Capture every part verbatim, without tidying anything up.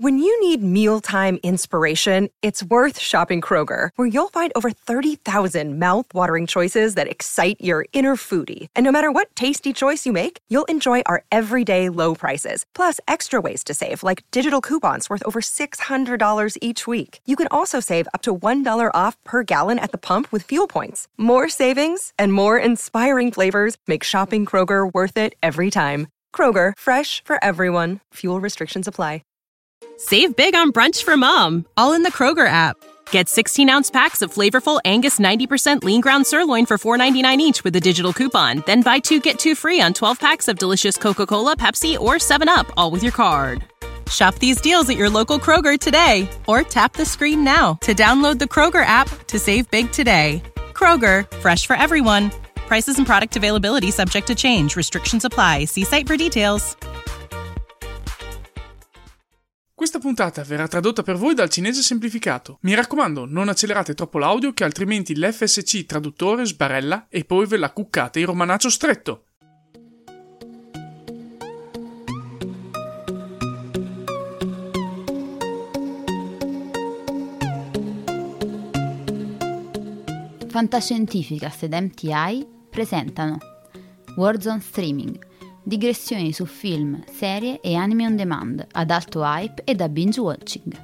When you need mealtime inspiration, it's worth shopping Kroger, where you'll find over thirty thousand mouth-watering choices that excite your inner foodie. And no matter what tasty choice you make, you'll enjoy our everyday low prices, plus extra ways to save, like digital coupons worth over six hundred dollars each week. You can also save up to one dollar off per gallon at the pump with fuel points. More savings and more inspiring flavors make shopping Kroger worth it every time. Kroger, fresh for everyone. Fuel restrictions apply. Save big on brunch for mom, all in the Kroger app. Get sixteen-ounce packs of flavorful Angus ninety percent lean ground sirloin for four ninety-nine each with a digital coupon. Then buy two, get two free on twelve packs of delicious Coca-Cola, Pepsi, or seven up, all with your card. Shop these deals at your local Kroger today, or tap the screen now to download the Kroger app to save big today. Kroger, fresh for everyone. Prices and product availability subject to change. Restrictions apply. See site for details. Questa puntata verrà tradotta per voi dal cinese semplificato. Mi raccomando, non accelerate troppo l'audio che altrimenti l'F S C traduttore sbarella e poi ve la cuccate in romanaccio stretto. Fantascientificast ed M T I presentano Warzone Streaming, digressioni su film, serie e anime on demand ad alto hype e da binge watching.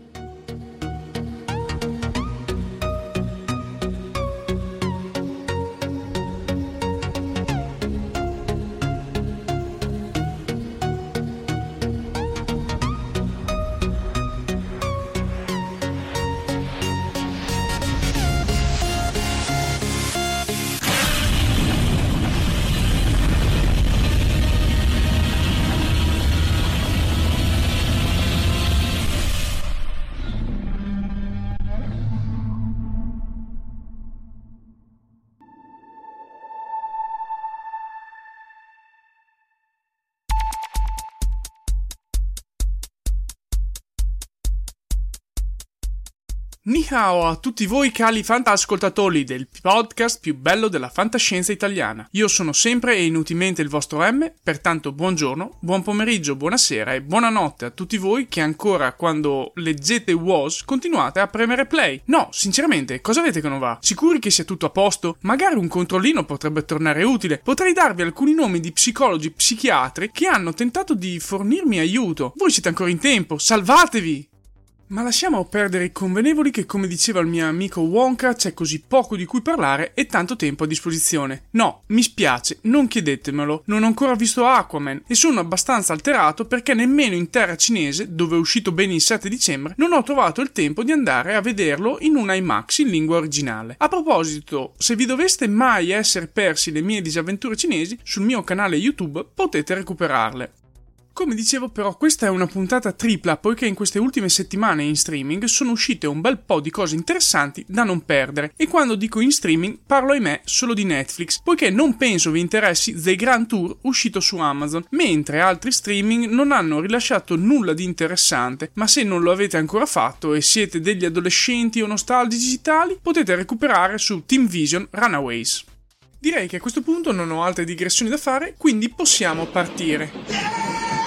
Ni hao a tutti voi cari fantascoltatori del podcast più bello della fantascienza italiana. Io sono sempre e inutilmente il vostro M, pertanto buongiorno, buon pomeriggio, buonasera e buonanotte a tutti voi che ancora quando leggete W O S continuate a premere play. No, sinceramente, cosa avete che non va? Sicuri che sia tutto a posto? Magari un controllino potrebbe tornare utile. Potrei darvi alcuni nomi di psicologi, psichiatri che hanno tentato di fornirmi aiuto. Voi siete ancora in tempo, salvatevi! Ma lasciamo perdere i convenevoli che, come diceva il mio amico Wonka, c'è così poco di cui parlare e tanto tempo a disposizione. No, mi spiace, non chiedetemelo, non ho ancora visto Aquaman e sono abbastanza alterato perché nemmeno in terra cinese, dove è uscito bene il sette dicembre, non ho trovato il tempo di andare a vederlo in un IMAX in lingua originale. A proposito, se vi doveste mai essere persi le mie disavventure cinesi, sul mio canale YouTube potete recuperarle. Come dicevo però, questa è una puntata tripla poiché in queste ultime settimane in streaming sono uscite un bel po' di cose interessanti da non perdere, e quando dico in streaming parlo ahimè solo di Netflix, poiché non penso vi interessi The Grand Tour uscito su Amazon, mentre altri streaming non hanno rilasciato nulla di interessante, ma se non lo avete ancora fatto e siete degli adolescenti o nostalgici digitali potete recuperare su Team Vision Runaways. Direi che a questo punto non ho altre digressioni da fare, quindi possiamo partire.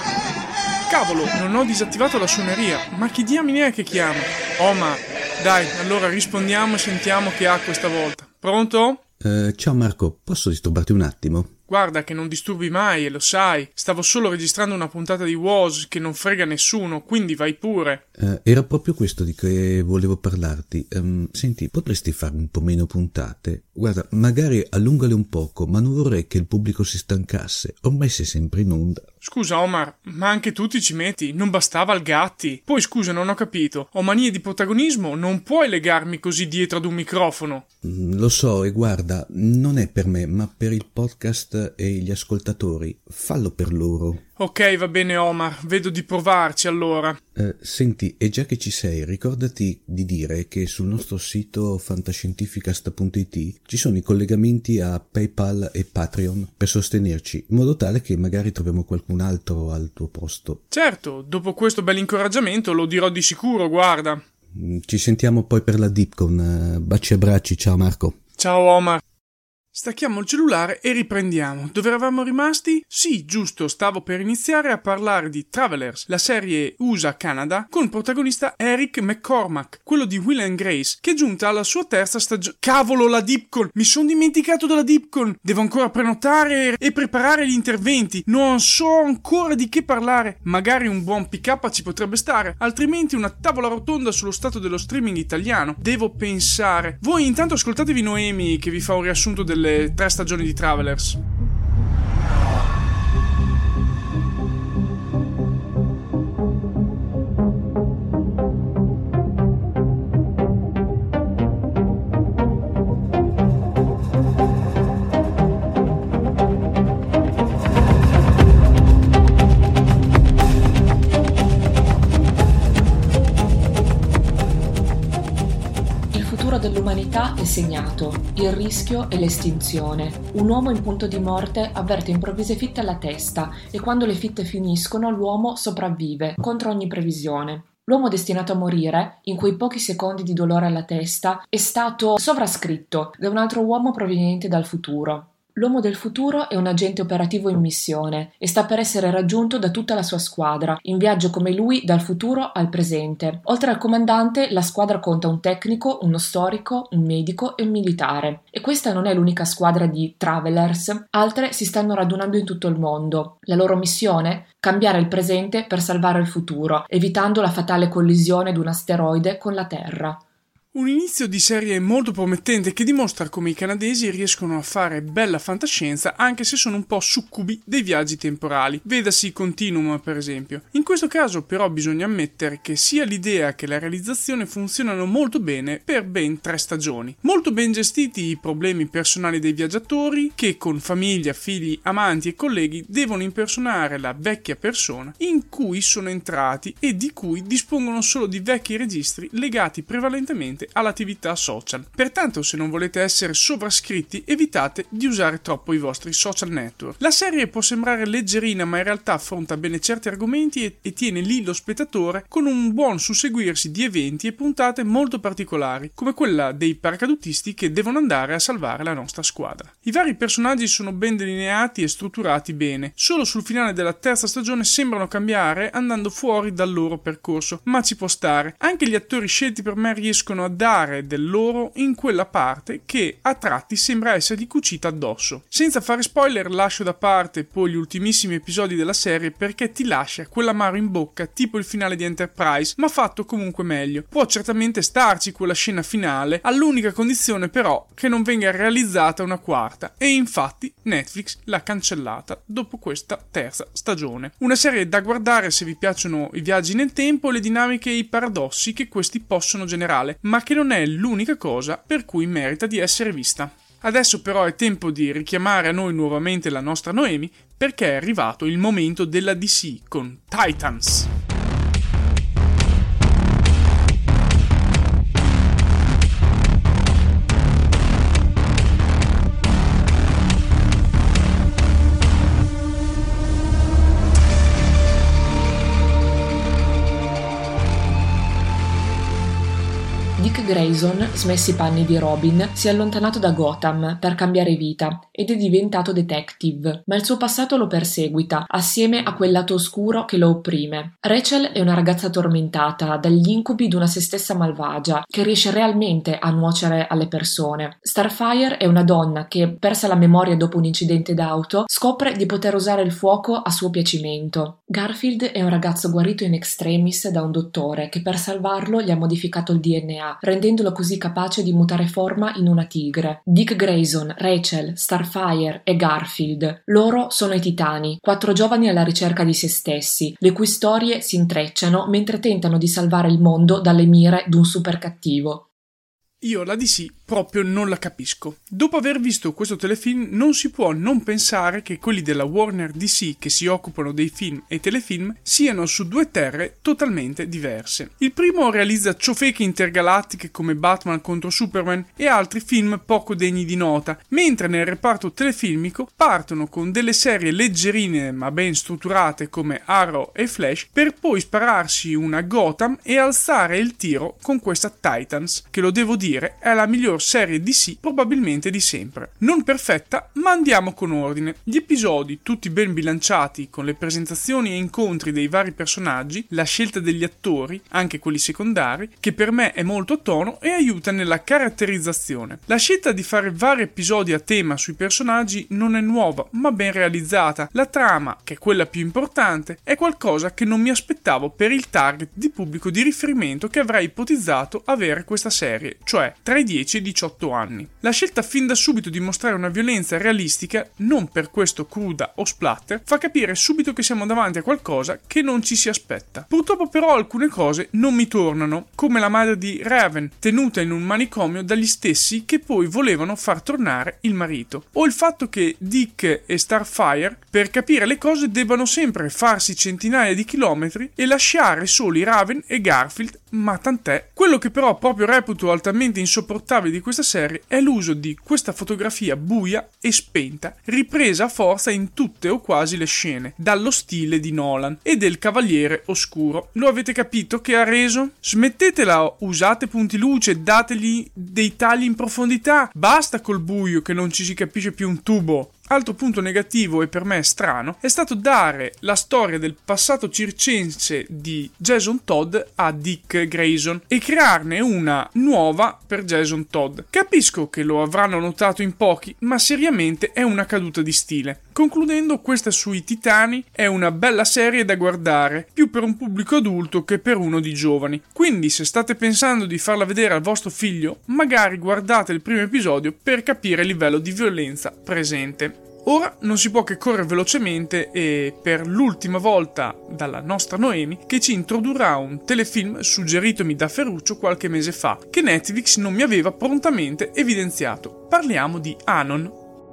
Cavolo, non ho disattivato la suoneria, ma chi diamine è che chiama? Oh ma, dai, allora rispondiamo e sentiamo che ha questa volta. Pronto? Uh, ciao Marco, posso disturbarti un attimo? Guarda che non disturbi mai e lo sai, stavo solo registrando una puntata di W O S che non frega nessuno, quindi vai pure. Uh, era proprio questo di che volevo parlarti. Um, senti, potresti fare un po' meno puntate? Guarda, magari allungale un poco, ma non vorrei che il pubblico si stancasse, ormai sei sempre in onda. Scusa Omar, ma anche tu ti ci metti, non bastava il Gatti. Poi scusa, non ho capito, ho manie di protagonismo, non puoi legarmi così dietro ad un microfono. Mm, lo so, e guarda, non è per me, ma per il podcast e gli ascoltatori. Fallo per loro. Ok, va bene Omar, vedo di provarci allora. Uh, senti, e già che ci sei, ricordati di dire che sul nostro sito fantascientificast punto it ci sono i collegamenti a PayPal e Patreon per sostenerci, in modo tale che magari troviamo qualcun altro al tuo posto. Certo, dopo questo bel incoraggiamento lo dirò di sicuro, guarda. Ci sentiamo poi per la Dipcon. Baci e abbracci, ciao Marco. Ciao Omar. Stacchiamo il cellulare e riprendiamo. Dove eravamo rimasti? Sì, giusto, stavo per iniziare a parlare di Travelers, la serie U S A-Canada con protagonista Eric McCormack, quello di Will and Grace, che è giunta alla sua terza stagione. Cavolo, la Dipcon! Mi sono dimenticato della Dipcon! Devo ancora prenotare e preparare gli interventi. Non so ancora di che parlare. Magari un buon pick up ci potrebbe stare, altrimenti una tavola rotonda sullo stato dello streaming italiano. Devo pensare. Voi intanto ascoltatevi Noemi che vi fa un riassunto delle tre stagioni di Travelers. Dell'umanità è segnato, il rischio e l'estinzione. Un uomo in punto di morte avverte improvvise fitte alla testa e quando le fitte finiscono l'uomo sopravvive, contro ogni previsione. L'uomo destinato a morire, in quei pochi secondi di dolore alla testa, è stato sovrascritto da un altro uomo proveniente dal futuro. L'uomo del futuro è un agente operativo in missione e sta per essere raggiunto da tutta la sua squadra, in viaggio come lui dal futuro al presente. Oltre al comandante, la squadra conta un tecnico, uno storico, un medico e un militare. E questa non è l'unica squadra di Travelers, altre si stanno radunando in tutto il mondo. La loro missione? Cambiare il presente per salvare il futuro, evitando la fatale collisione di un asteroide con la Terra. Un inizio di serie molto promettente che dimostra come i canadesi riescono a fare bella fantascienza anche se sono un po' succubi dei viaggi temporali, vedasi Continuum per esempio. In questo caso però bisogna ammettere che sia l'idea che la realizzazione funzionano molto bene per ben tre stagioni. Molto ben gestiti i problemi personali dei viaggiatori che con famiglia, figli, amanti e colleghi devono impersonare la vecchia persona in cui sono entrati e di cui dispongono solo di vecchi registri legati prevalentemente all'attività social. Pertanto, se non volete essere sovrascritti, evitate di usare troppo i vostri social network. La serie può sembrare leggerina, ma in realtà affronta bene certi argomenti e, e tiene lì lo spettatore con un buon susseguirsi di eventi e puntate molto particolari, come quella dei paracadutisti che devono andare a salvare la nostra squadra. I vari personaggi sono ben delineati e strutturati bene. Solo sul finale della terza stagione sembrano cambiare andando fuori dal loro percorso, ma ci può stare. Anche gli attori scelti per me riescono a dare del loro in quella parte che a tratti sembra essergli cucita addosso. Senza fare spoiler, lascio da parte poi gli ultimissimi episodi della serie perché ti lascia quell'amaro in bocca tipo il finale di Enterprise, ma fatto comunque meglio. Può certamente starci quella scena finale, all'unica condizione però che non venga realizzata una quarta, e infatti Netflix l'ha cancellata dopo questa terza stagione. Una serie da guardare se vi piacciono i viaggi nel tempo, le dinamiche e i paradossi che questi possono generare, ma che non è l'unica cosa per cui merita di essere vista. Adesso però è tempo di richiamare a noi nuovamente la nostra Noemi, perché è arrivato il momento della D C con Titans. Dick Grayson, smessi i panni di Robin, si è allontanato da Gotham per cambiare vita ed è diventato detective, ma il suo passato lo perseguita, assieme a quel lato oscuro che lo opprime. Rachel è una ragazza tormentata dagli incubi di una se stessa malvagia, che riesce realmente a nuocere alle persone. Starfire è una donna che, persa la memoria dopo un incidente d'auto, scopre di poter usare il fuoco a suo piacimento. Garfield è un ragazzo guarito in extremis da un dottore che per salvarlo gli ha modificato il D N A, rendendolo così capace di mutare forma in una tigre. Dick Grayson, Rachel, Starfire e Garfield. Loro sono i Titani, quattro giovani alla ricerca di se stessi, le cui storie si intrecciano mentre tentano di salvare il mondo dalle mire d'un super cattivo. Io la D C proprio non la capisco. Dopo aver visto questo telefilm non si può non pensare che quelli della Warner D C che si occupano dei film e telefilm siano su due terre totalmente diverse. Il primo realizza ciofeche intergalattiche come Batman contro Superman e altri film poco degni di nota, mentre nel reparto telefilmico partono con delle serie leggerine ma ben strutturate come Arrow e Flash per poi spararsi una Gotham e alzare il tiro con questa Titans, che lo devo dire dire è la miglior serie D C probabilmente di sempre. Non perfetta, ma andiamo con ordine. Gli episodi, tutti ben bilanciati, con le presentazioni e incontri dei vari personaggi, la scelta degli attori, anche quelli secondari, che per me è molto a tono e aiuta nella caratterizzazione. La scelta di fare vari episodi a tema sui personaggi non è nuova, ma ben realizzata. La trama, che è quella più importante, è qualcosa che non mi aspettavo per il target di pubblico di riferimento che avrei ipotizzato avere questa serie, cioè tra i dieci e i diciotto anni. La scelta fin da subito di mostrare una violenza realistica, non per questo cruda o splatter, fa capire subito che siamo davanti a qualcosa che non ci si aspetta. Purtroppo però alcune cose non mi tornano, come la madre di Raven, tenuta in un manicomio dagli stessi che poi volevano far tornare il marito, o il fatto che Dick e Starfire, per capire le cose, debbano sempre farsi centinaia di chilometri e lasciare soli Raven e Garfield, ma tant'è. Quello che però proprio reputo altamente insopportabile di questa serie è l'uso di questa fotografia buia e spenta, ripresa a forza in tutte o quasi le scene, dallo stile di Nolan e del Cavaliere Oscuro. Lo avete capito che ha reso? Smettetela, usate punti luce, dategli dei tagli in profondità, basta col buio che non ci si capisce più un tubo. Altro punto negativo e per me strano è stato dare la storia del passato circense di Jason Todd a Dick Grayson e crearne una nuova per Jason Todd. Capisco che lo avranno notato in pochi, ma seriamente è una caduta di stile. Concludendo, questa sui Titani è una bella serie da guardare, più per un pubblico adulto che per uno di giovani. Quindi se state pensando di farla vedere al vostro figlio, magari guardate il primo episodio per capire il livello di violenza presente. Ora non si può che correre velocemente e per l'ultima volta dalla nostra Noemi che ci introdurrà un telefilm suggeritomi da Ferruccio qualche mese fa che Netflix non mi aveva prontamente evidenziato. Parliamo di Anon.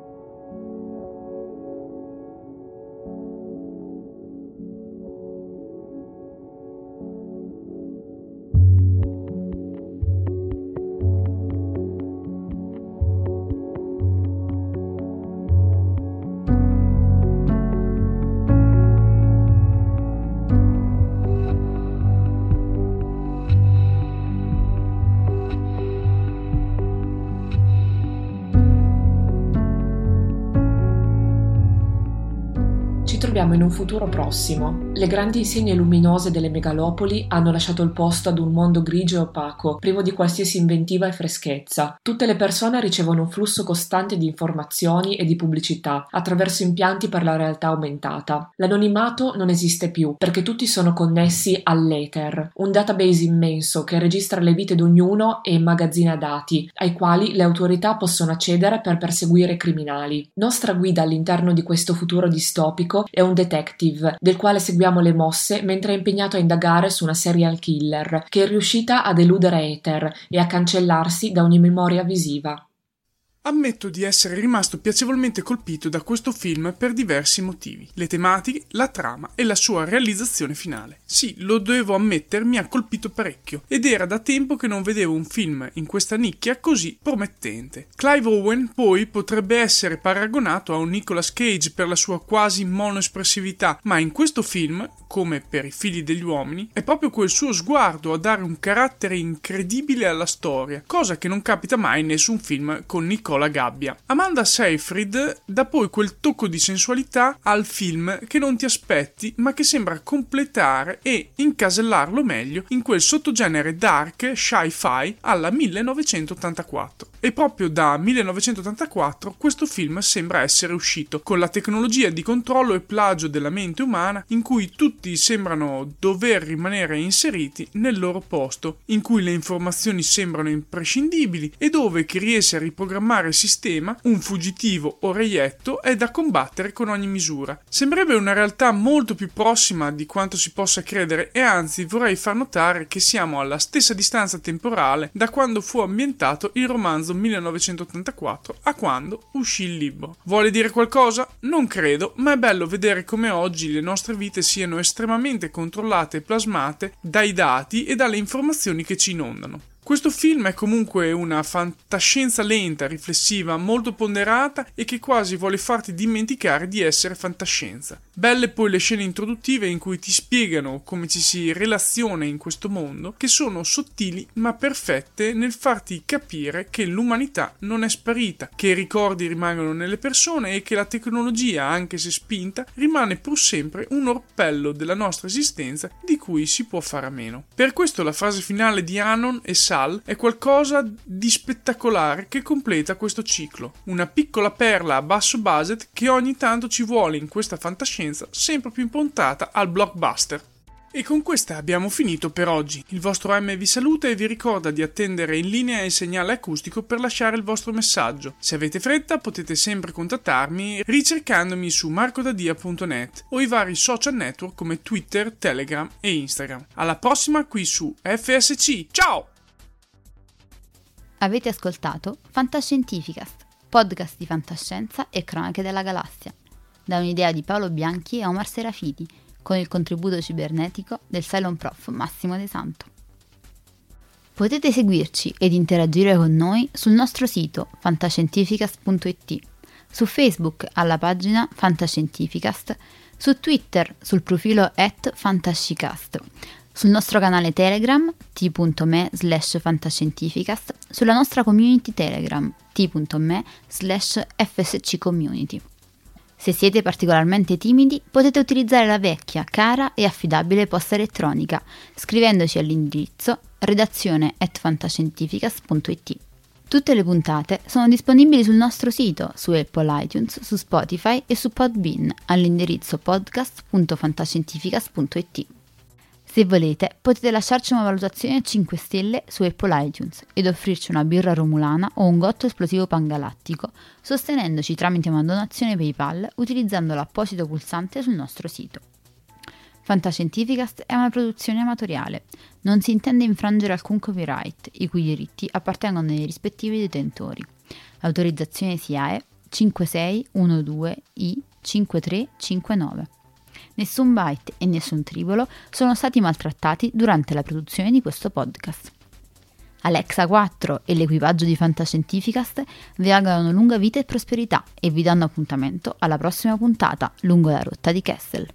Ci troviamo in un futuro prossimo. Le grandi insegne luminose delle megalopoli hanno lasciato il posto ad un mondo grigio e opaco, privo di qualsiasi inventiva e freschezza. Tutte le persone ricevono un flusso costante di informazioni e di pubblicità attraverso impianti per la realtà aumentata. L'anonimato non esiste più, perché tutti sono connessi all'Ether, un database immenso che registra le vite di ognuno e immagazzina dati, ai quali le autorità possono accedere per perseguire i criminali. Nostra guida all'interno di questo futuro distopico è un detective, del quale seguiamo le mosse mentre è impegnato a indagare su una serial killer che è riuscita a deludere Ether e a cancellarsi da ogni memoria visiva. Ammetto di essere rimasto piacevolmente colpito da questo film per diversi motivi. Le tematiche, la trama e la sua realizzazione finale. Sì, lo devo ammettere, mi ha colpito parecchio ed era da tempo che non vedevo un film in questa nicchia così promettente. Clive Owen poi potrebbe essere paragonato a un Nicolas Cage per la sua quasi monoespressività, ma in questo film, come per I figli degli uomini, è proprio quel suo sguardo a dare un carattere incredibile alla storia, cosa che non capita mai in nessun film con Nicolas la gabbia. Amanda Seyfried dà poi quel tocco di sensualità al film che non ti aspetti ma che sembra completare e incasellarlo meglio in quel sottogenere dark sci-fi alla millenovecentottantaquattro. E proprio da millenovecentottantaquattro questo film sembra essere uscito, con la tecnologia di controllo e plagio della mente umana in cui tutti sembrano dover rimanere inseriti nel loro posto, in cui le informazioni sembrano imprescindibili e dove chi riesce a riprogrammare il sistema, un fuggitivo o reietto, è da combattere con ogni misura. Sembrerebbe una realtà molto più prossima di quanto si possa credere e anzi vorrei far notare che siamo alla stessa distanza temporale da quando fu ambientato il romanzo millenovecentottantaquattro a quando uscì il libro. Vuole dire qualcosa? Non credo, ma è bello vedere come oggi le nostre vite siano estremamente controllate e plasmate dai dati e dalle informazioni che ci inondano. Questo film è comunque una fantascienza lenta, riflessiva, molto ponderata e che quasi vuole farti dimenticare di essere fantascienza. Belle poi le scene introduttive in cui ti spiegano come ci si relaziona in questo mondo, che sono sottili ma perfette nel farti capire che l'umanità non è sparita, che i ricordi rimangono nelle persone e che la tecnologia, anche se spinta, rimane pur sempre un orpello della nostra esistenza di cui si può fare a meno. Per questo la frase finale di Anon e Sal è qualcosa di spettacolare che completa questo ciclo, una piccola perla a basso budget che ogni tanto ci vuole in questa fantascienza sempre più improntata al blockbuster. E con questa abbiamo finito per oggi. Il vostro M vi saluta e vi ricorda di attendere in linea il segnale acustico per lasciare il vostro messaggio. Se avete fretta potete sempre contattarmi ricercandomi su marcodadia punto net o i vari social network come Twitter, Telegram e Instagram. Alla prossima qui su F S C. Ciao! Avete ascoltato Fantascientificast, podcast di fantascienza e cronache della galassia, da un'idea di Paolo Bianchi e Omar Serafiti, con il contributo cibernetico del Cylon Prof Massimo De Santo. Potete seguirci ed interagire con noi sul nostro sito fantascientificast punto it, su Facebook alla pagina Fantascientificast, su Twitter sul profilo at fantascicast, sul nostro canale Telegram t.me slash fantascientificast, sulla nostra community Telegram t.me slash fsccommunity. Se siete particolarmente timidi, potete utilizzare la vecchia, cara e affidabile posta elettronica, scrivendoci all'indirizzo redazione at fantascientificast punto it. Tutte le puntate sono disponibili sul nostro sito, su Apple iTunes, su Spotify e su Podbean, all'indirizzo podcast punto fantascientificast punto it. Se volete, potete lasciarci una valutazione a cinque stelle su Apple iTunes ed offrirci una birra romulana o un gotto esplosivo pangalattico, sostenendoci tramite una donazione PayPal utilizzando l'apposito pulsante sul nostro sito. Fantascientificast è una produzione amatoriale, non si intende infrangere alcun copyright, i cui diritti appartengono ai rispettivi detentori. L'autorizzazione S I A E cinque sei uno due I cinque tre cinque nove. Nessun byte e nessun tribolo sono stati maltrattati durante la produzione di questo podcast. Alexa quattro e l'equipaggio di Fantascientificast vi augurano lunga vita e prosperità e vi danno appuntamento alla prossima puntata lungo la rotta di Kessel.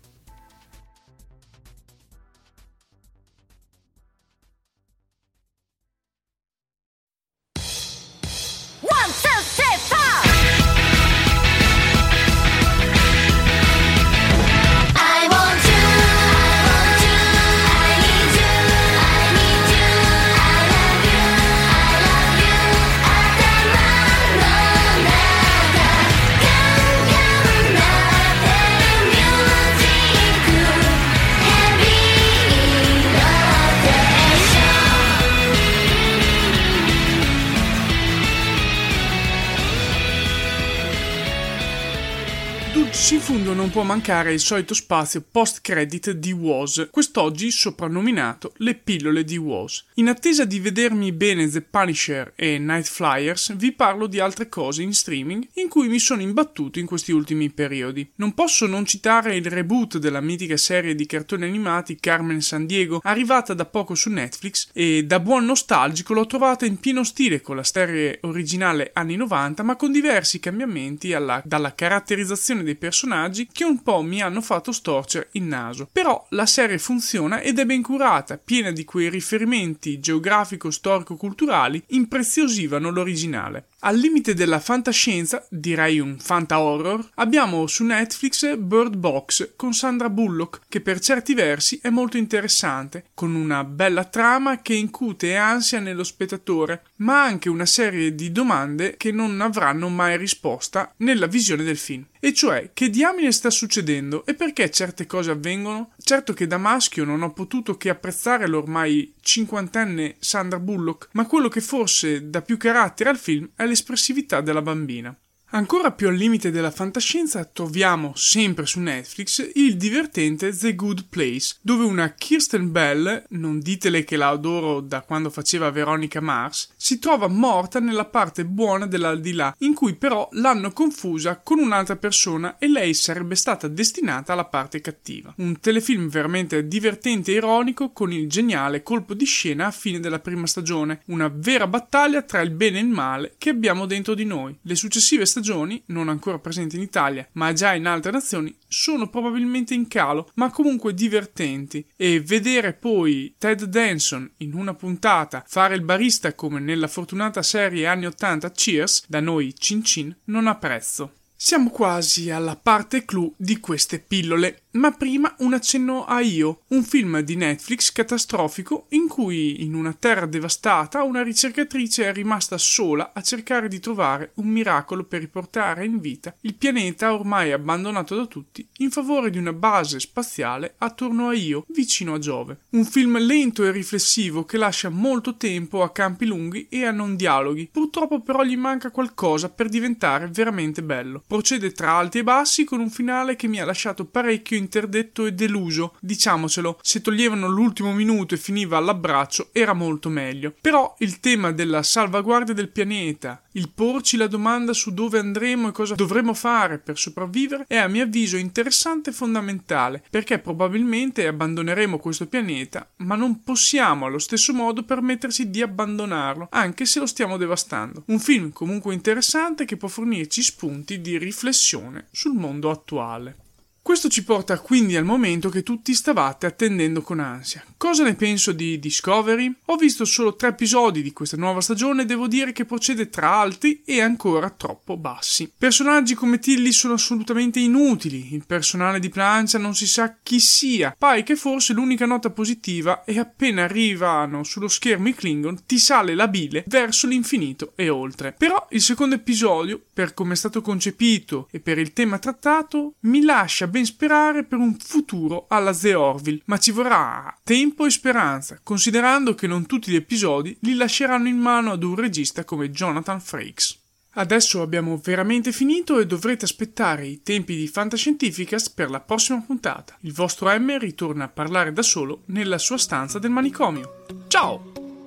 In fondo non può mancare il solito spazio post-credit di W O S, quest'oggi soprannominato Le pillole di W O S. In attesa di vedermi bene The Punisher e Night Flyers, vi parlo di altre cose in streaming in cui mi sono imbattuto in questi ultimi periodi. Non posso non citare il reboot della mitica serie di cartoni animati Carmen Sandiego, arrivata da poco su Netflix, e da buon nostalgico l'ho trovata in pieno stile con la serie originale anni novanta, ma con diversi cambiamenti alla, dalla caratterizzazione dei personaggi che un po' mi hanno fatto storcere il naso. Però la serie funziona ed è ben curata, piena di quei riferimenti geografico-storico-culturali impreziosivano l'originale. Al limite della fantascienza, direi un fanta-horror, abbiamo su Netflix Bird Box con Sandra Bullock, che per certi versi è molto interessante, con una bella trama che incute ansia nello spettatore, ma anche una serie di domande che non avranno mai risposta nella visione del film. E cioè, che diamine sta succedendo e perché certe cose avvengono? Certo che da maschio non ho potuto che apprezzare l'ormai cinquantenne Sandra Bullock, ma quello che forse dà più carattere al film è l'espressività della bambina. Ancora più al limite della fantascienza troviamo, sempre su Netflix, il divertente The Good Place, dove una Kirsten Bell, non ditele che la adoro da quando faceva Veronica Mars, si trova morta nella parte buona dell'aldilà, in cui però l'hanno confusa con un'altra persona e lei sarebbe stata destinata alla parte cattiva. Un telefilm veramente divertente e ironico con il geniale colpo di scena a fine della prima stagione, una vera battaglia tra il bene e il male che abbiamo dentro di noi. Le successive stagioni stagioni, non ancora presenti in Italia, ma già in altre nazioni, sono probabilmente in calo, ma comunque divertenti. E vedere poi Ted Danson in una puntata fare il barista come nella fortunata serie anni ottanta Cheers, da noi Cin Cin, non ha prezzo. Siamo quasi alla parte clou di queste pillole, ma prima un accenno a Io, un film di Netflix catastrofico in cui in una terra devastata una ricercatrice è rimasta sola a cercare di trovare un miracolo per riportare in vita il pianeta ormai abbandonato da tutti in favore di una base spaziale attorno a Io, vicino a Giove. Un film lento e riflessivo che lascia molto tempo a campi lunghi e a non dialoghi, purtroppo però gli manca qualcosa per diventare veramente bello. Procede tra alti e bassi con un finale che mi ha lasciato parecchio interdetto e deluso, diciamocelo, se toglievano l'ultimo minuto e finiva all'abbraccio era molto meglio. Però il tema della salvaguardia del pianeta, il porci la domanda su dove andremo e cosa dovremo fare per sopravvivere è a mio avviso interessante e fondamentale, perché probabilmente abbandoneremo questo pianeta, ma non possiamo allo stesso modo permettersi di abbandonarlo, anche se lo stiamo devastando. Un film comunque interessante che può fornirci spunti di riflessione sul mondo attuale. Questo ci porta quindi al momento che tutti stavate attendendo con ansia. Cosa ne penso di Discovery? Ho visto solo tre episodi di questa nuova stagione e devo dire che procede tra alti e ancora troppo bassi. Personaggi come Tilly sono assolutamente inutili, il personale di plancia non si sa chi sia, pare che forse l'unica nota positiva è appena arrivano sullo schermo i Klingon ti sale la bile verso l'infinito e oltre. Però il secondo episodio, per come è stato concepito e per il tema trattato, mi lascia ben sperare per un futuro alla The Orville, ma ci vorrà tempo e speranza, considerando che non tutti gli episodi li lasceranno in mano ad un regista come Jonathan Frakes. Adesso abbiamo veramente finito e dovrete aspettare i tempi di Fantascientificast per la prossima puntata. Il vostro M ritorna a parlare da solo nella sua stanza del manicomio. Ciao!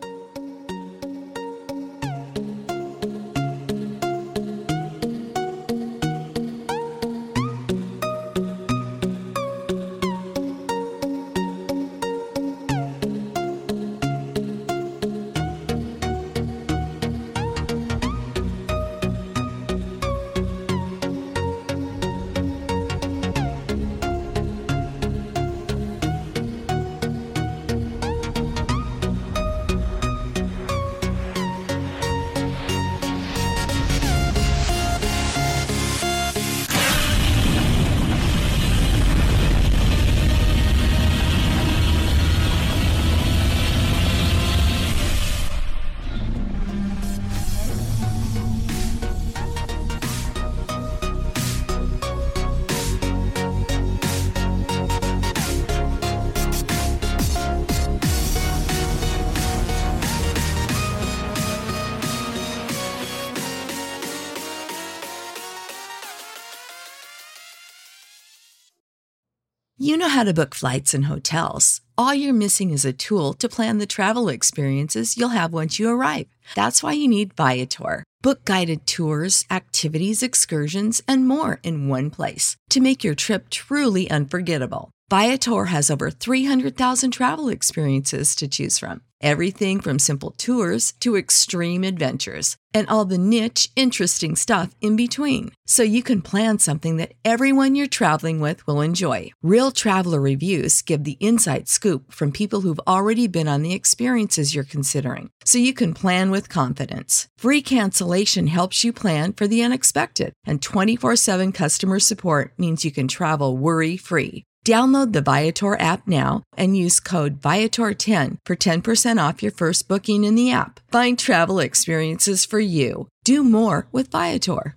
You know how to book flights and hotels. All you're missing is a tool to plan the travel experiences you'll have once you arrive. That's why you need Viator. Book guided tours, activities, excursions, and more in one place to make your trip truly unforgettable. Viator has over three hundred thousand travel experiences to choose from. Everything from simple tours to extreme adventures and all the niche, interesting stuff in between. So you can plan something that everyone you're traveling with will enjoy. Real traveler reviews give the inside scoop from people who've already been on the experiences you're considering. So you can plan with confidence. Free cancellation helps you plan for the unexpected. And twenty-four seven customer support means you can travel worry-free. Download the Viator app now and use code Viator ten for ten percent off your first booking in the app. Find travel experiences for you. Do more with Viator.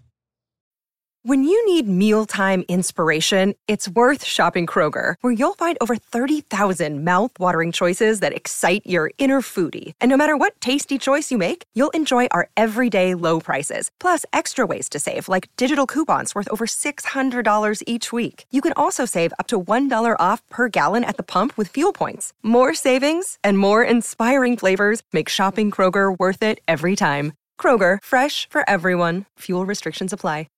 When you need mealtime inspiration, it's worth shopping Kroger, where you'll find over thirty thousand mouth-watering choices that excite your inner foodie. And no matter what tasty choice you make, you'll enjoy our everyday low prices, plus extra ways to save, like digital coupons worth over six hundred dollars each week. You can also save up to one dollar off per gallon at the pump with fuel points. More savings and more inspiring flavors make shopping Kroger worth it every time. Kroger, fresh for everyone. Fuel restrictions apply.